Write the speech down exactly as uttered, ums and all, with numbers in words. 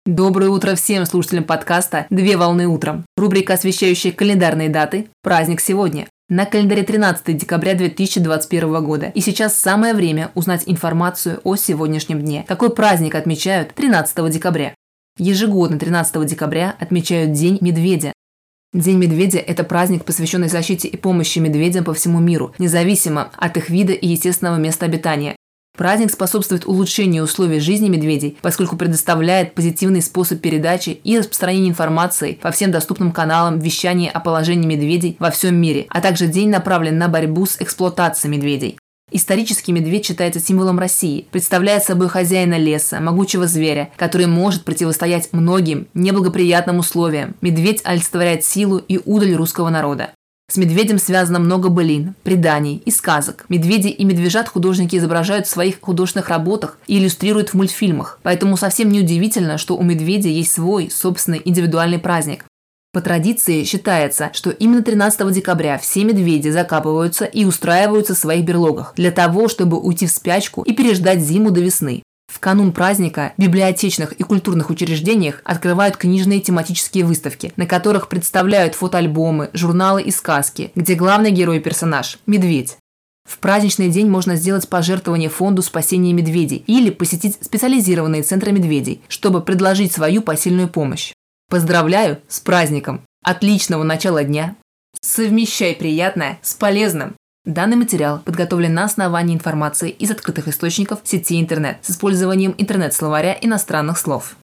Доброе утро всем слушателям подкаста «Две волны утром». Рубрика, освещающая календарные даты. Праздник сегодня. На календаре тринадцатое декабря две тысячи двадцать первого года. И сейчас самое время узнать информацию о сегодняшнем дне. Какой праздник отмечают тринадцатого декабря? Ежегодно тринадцатого декабря отмечают День медведя. День медведя – это праздник, посвященный защите и помощи медведям по всему миру, независимо от их вида и естественного места обитания. Праздник способствует улучшению условий жизни медведей, поскольку предоставляет позитивный способ передачи и распространения информации по всем доступным каналам вещания о положении медведей во всем мире, а также день направлен на борьбу с эксплуатацией медведей. Исторически медведь считается символом России, представляет собой хозяина леса, могучего зверя, который может противостоять многим неблагоприятным условиям. Медведь олицетворяет силу и удаль русского народа. С медведем связано много былин, преданий и сказок. Медведей и медвежат художники изображают в своих художественных работах и иллюстрируют в мультфильмах, поэтому совсем не удивительно, что у медведя есть свой собственный индивидуальный праздник. По традиции считается, что именно тринадцатого декабря все медведи закапываются и устраиваются в своих берлогах для того, чтобы уйти в спячку и переждать зиму до весны. В канун праздника в библиотечных и культурных учреждениях открывают книжные тематические выставки, на которых представляют фотоальбомы, журналы и сказки, где главный герой и персонаж – медведь. В праздничный день можно сделать пожертвование фонду спасения медведей или посетить специализированные центры медведей, чтобы предложить свою посильную помощь. Поздравляю с праздником! Отличного начала дня! Совмещай приятное с полезным! Данный материал подготовлен на основании информации из открытых источников сети интернет с использованием интернет-словаря иностранных слов.